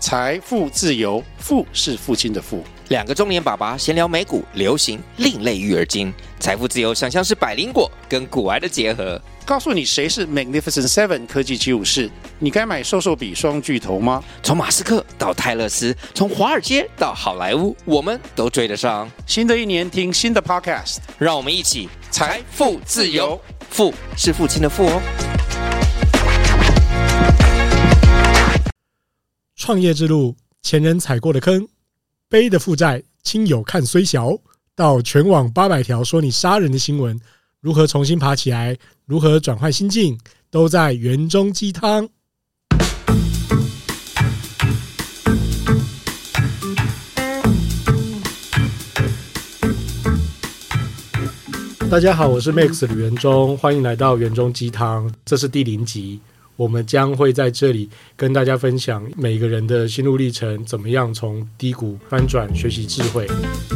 财富自由，富是父亲的富。 两个中年爸爸闲聊美股、流行、另类育儿经，财富自由想象是百灵果跟股癌的结合。 告诉你谁是 Magnificent Seven 科技75士，你该买瘦瘦比双巨头吗？ 从马斯克到泰勒斯，从华尔街到好莱坞，我们都追得上。 新的一年听新的 Podcast， 让我们一起财富自由， 富是父亲的富哦。 创业之路，前人踩过的坑，背的负债，亲友看虽小，到全网800条说你杀人的新闻，如何重新爬起来，如何转换心境，都在园中鸡汤。大家好，我是 Max 吕元忠，欢迎来到园中鸡汤，这是第0集。我们将会在这里跟大家分享每个人的心路历程，怎么样从低谷翻转，学习智慧。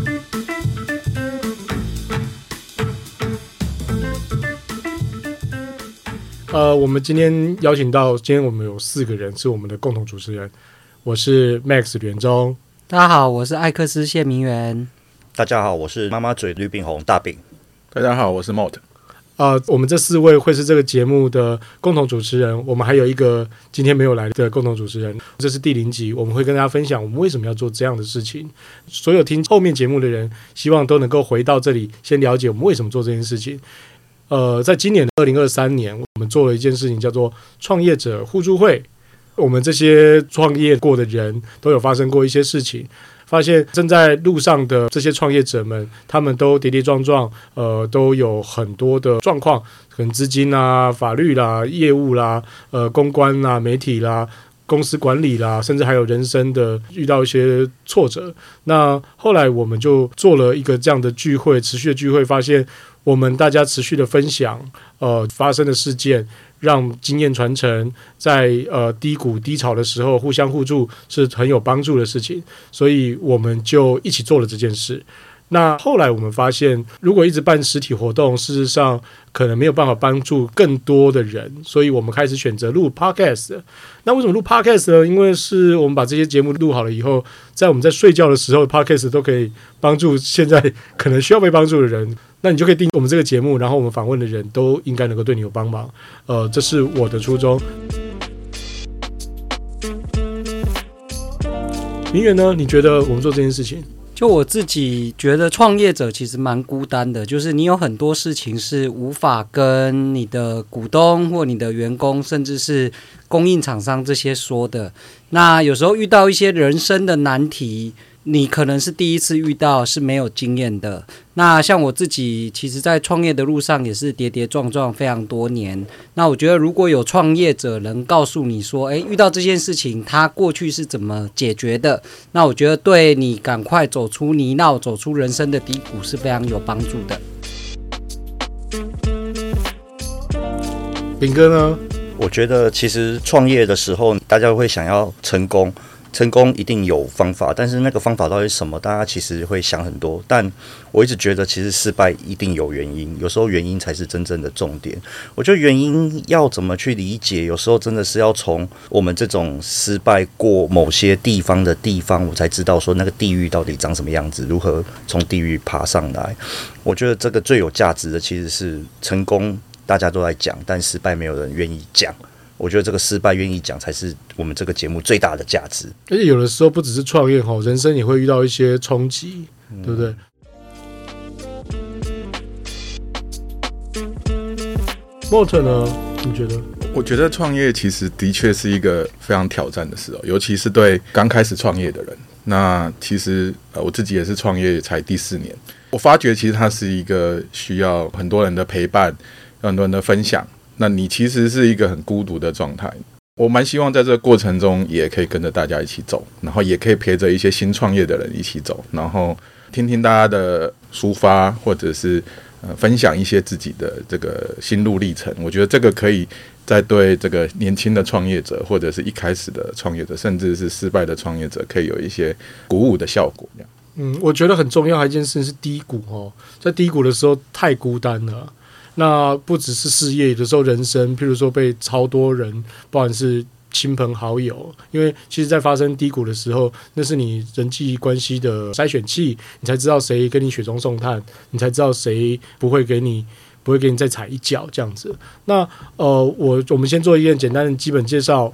我们今天邀请到，今天我们有4个人是我们的共同主持人。我是 Max 吕元忠， 大家好，我是艾克斯谢明元。 大家好，我是妈妈嘴绿饼红大饼。 大家好，我是 Mott。 我们这4位会是这个节目的共同主持人，我们还有一个今天没有来的共同主持人，这是第0集，我们会跟大家分享我们为什么要做这样的事情。所有听后面节目的人，希望都能够回到这里，先了解我们为什么做这件事情。在今年的2023年，我们做了一件事情，叫做创业者互助会。我们这些创业过的人都有发生过一些事情，发现正在路上的这些创业者们，他们都跌跌撞撞，都有很多的状况，可能资金啦、法律啦、业务啦、公关啦、媒体啦、公司管理啦，甚至还有人生的遇到一些挫折。那后来我们就做了一个这样的聚会，持续的聚会，发现我们大家持续的分享发生的事件，让经验传承，在低谷低潮的时候互相互助是很有帮助的事情，所以我们就一起做了这件事。那后来我们发现，如果一直办实体活动，事实上可能没有办法帮助更多的人，所以我们开始选择录 Podcast。那为什么录 Podcast 呢？因为是我们把这些节目录好了以后，在我们在睡觉的时候 Podcast 都可以帮助现在可能需要被帮助的人，那你就可以订我们这个节目，然后我们访问的人都应该能够对你有帮忙。这是我的初衷。明远呢？你觉得我们做这件事情？ 就我自己觉得，创业者其实蛮孤单的，就是你有很多事情是无法跟你的股东或你的员工，甚至是供应厂商这些说的。那有时候遇到一些人生的难题，你可能是第一次遇到，是没有经验的。那像我自己，其实在创业的路上也是跌跌撞撞非常多年。那我觉得如果有创业者能告诉你说，遇到这件事情他过去是怎么解决的，那我觉得对你赶快走出泥淖，走出人生的低谷是非常有帮助的。 炳哥呢？ 我觉得其实创业的时候，大家会想要成功，成功一定有方法，但是那个方法到底是什么，大家其实会想很多。但我一直觉得，其实失败一定有原因，有时候原因才是真正的重点。我觉得原因要怎么去理解，有时候真的是要从我们这种失败过某些地方，我才知道说那个地狱到底长什么样子，如何从地狱爬上来。我觉得这个最有价值的其实是成功。大家都在讲，但失败没有人愿意讲。我觉得这个失败愿意讲，才是我们这个节目最大的价值。 而且有的时候不只是创业，人生也会遇到一些冲击，对不对？Mott 呢？你觉得？ 我觉得创业其实的确是一个非常挑战的事尤其是对刚开始创业的人。那其实我自己也是创业才第4年，我发觉其实它是一个需要很多人的陪伴。很多人的分享，那你其实是一个很孤独的状态。我蛮希望在这个过程中也可以跟着大家一起走，然后也可以陪着一些新创业的人一起走，然后听听大家的抒发，或者是分享一些自己的这个心路历程。我觉得这个可以在对这个年轻的创业者，或者是一开始的创业者，甚至是失败的创业者，可以有一些鼓舞的效果。 我觉得很重要的一件事是低谷在低谷的时候太孤单了。那不只是事业，有的时候人生，譬如说被超多人，不管是亲朋好友，因为其实在发生低谷的时候，那是你人际关系的筛选器，你才知道谁跟你雪中送炭，你才知道谁不会给你再踩一脚这样子。那我们先做一个简单的基本介绍。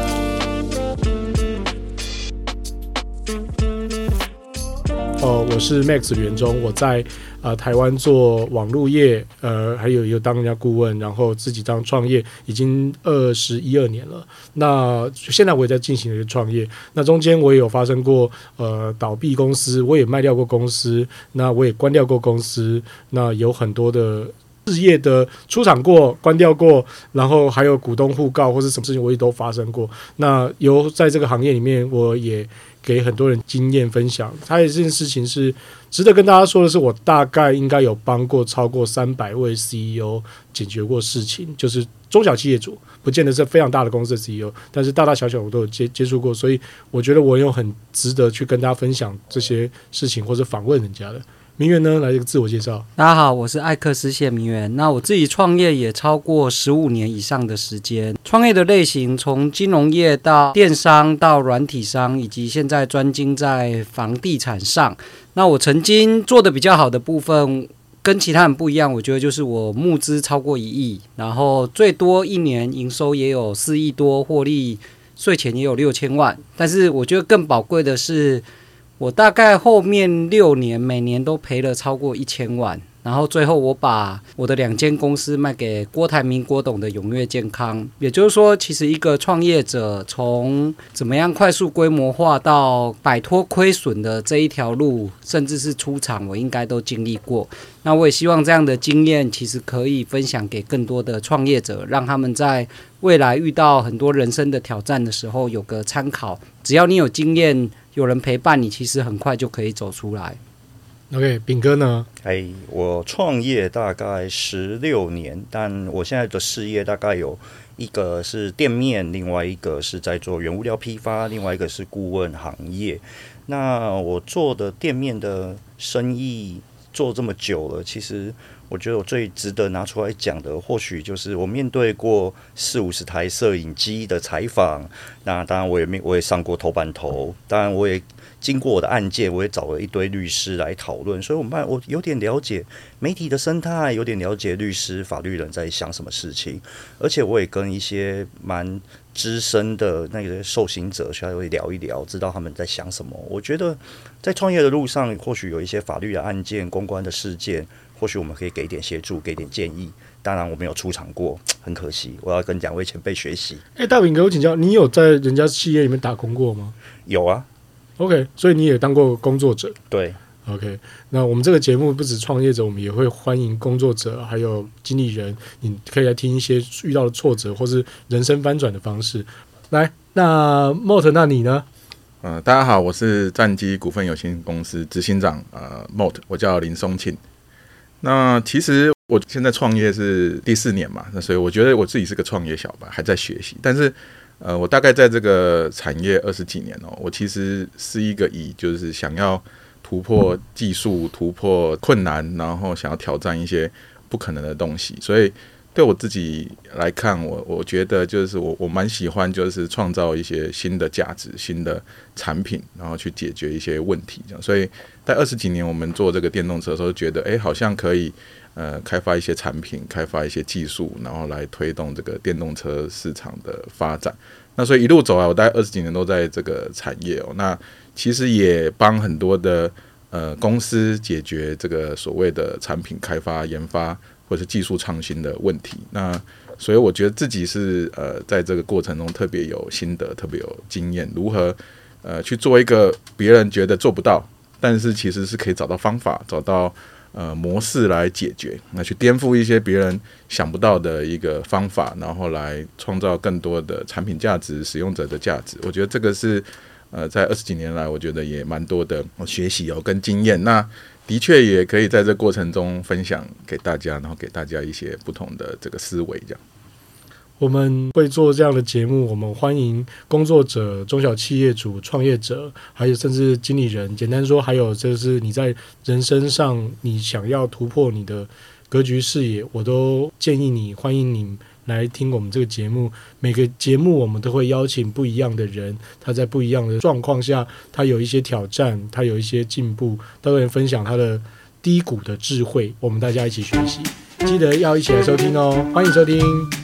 我是 Max 袁忠，我在台湾做网络业，还有当人家顾问，然后自己当创业，已经21-22年了。那现在我也在进行一个创业，那中间我也有发生过倒闭公司，我也卖掉过公司，那我也关掉过公司，那有很多的事业的出场过、关掉过，然后还有股东互告或是什么事情，我也都发生过。那在这个行业里面，我也给很多人经验分享。还有一件事情是值得跟大家说的是，我大概应该有帮过超过300位 CEO 解决过事情，就是中小企业主，不见得是非常大的公司的 CEO， 但是大大小小我都有接触过，所以我觉得我有很值得去跟大家分享这些事情或者访问人家的。明媛呢，来一个自我介绍。 大家好，我是艾克斯谢明媛。那我自己创业也超过15年以上的时间，创业的类型从金融业到电商到软体商，以及现在专精在房地产上。那我曾经做的比较好的部分跟其他人不一样，我觉得就是我募资超过1亿，然后最多一年营收也有4亿多，获利税前也有6000万。但是我觉得更宝贵的是，我大概后面6年每年都赔了超过1000万，然后最后我把我的2间公司卖给郭台铭郭董的永跃健康。也就是说，其实一个创业者从怎么样快速规模化到摆脱亏损的这一条路，甚至是出场，我应该都经历过。那我也希望这样的经验其实可以分享给更多的创业者，让他们在未来遇到很多人生的挑战的时候有个参考。只要你有经验，有人陪伴你，其实很快就可以走出来。 OK， 炳哥呢？ 我创业大概16年，但我现在的事业大概有一个是店面，另外一个是在做原物料批发，另外一个是顾问行业。那我做的店面的生意做这么久了，其实我觉得我最值得拿出来讲的，或许就是我面对过40-50台摄影机的采访。那当然我也上过头版头，当然我也经过我的案件，我也找了一堆律师来讨论，所以我有点了解媒体的生态，有点了解律师、法律人在想什么事情，而且我也跟一些蛮资深的那个受刑者稍微聊一聊，知道他们在想什么。我觉得在创业的路上，或许有一些法律的案件、公关的事件，或许我们可以给点协助，给点建议。当然我没有出场过，很可惜，我要跟2位前辈学习。 大炳哥，我请教，你有在人家企业里面打工过吗？ 有啊。 OK， 所以你也当过工作者。 对。 OK， 那我们这个节目不止创业者，我们也会欢迎工作者，还有经理人，你可以来听一些遇到的挫折或是人生翻转的方式。来，那 Mott， 那你呢？ 大家好，我是战机股份有限公司执行长Mott， 我叫林松庆。那其实我现在创业是第4年嘛，那所以我觉得我自己是个创业小白，还在学习。但是我大概在这个产业20几年我其实是一个就是想要突破技术、突破困难，然后想要挑战一些不可能的东西。所以对我自己来看，我觉得就是我蛮喜欢就是创造一些新的价值、新的产品，然后去解决一些问题这样。所以在20几年我们做这个电动车的时候，觉得好像可以开发一些产品，开发一些技术，然后来推动这个电动车市场的发展。那所以一路走来，我大概20几年都在这个产业那其实也帮很多的公司解决这个所谓的产品开发、研发或是技术创新的问题。那所以我觉得自己是在这个过程中特别有心得、特别有经验，如何去做一个别人觉得做不到，但是其实是可以找到方法、找到模式来解决，那去颠覆一些别人想不到的一个方法，然后来创造更多的产品价值、使用者的价值。我觉得这个是在20几年来，我觉得也蛮多的学习跟经验。那的确也可以在这过程中分享给大家，然后给大家一些不同的这个思维这样。 我们会做这样的节目，我们欢迎工作者、中小企业主、创业者，还有甚至经理人。简单说，还有就是你在人生上你想要突破你的格局视野，我都建议你，欢迎你来听我们这个节目。每个节目我们都会邀请不一样的人，他在不一样的状况下，他有一些挑战，他有一些进步，都能分享他的低谷的智慧，我们大家一起学习。记得要一起来收听哦，欢迎收听。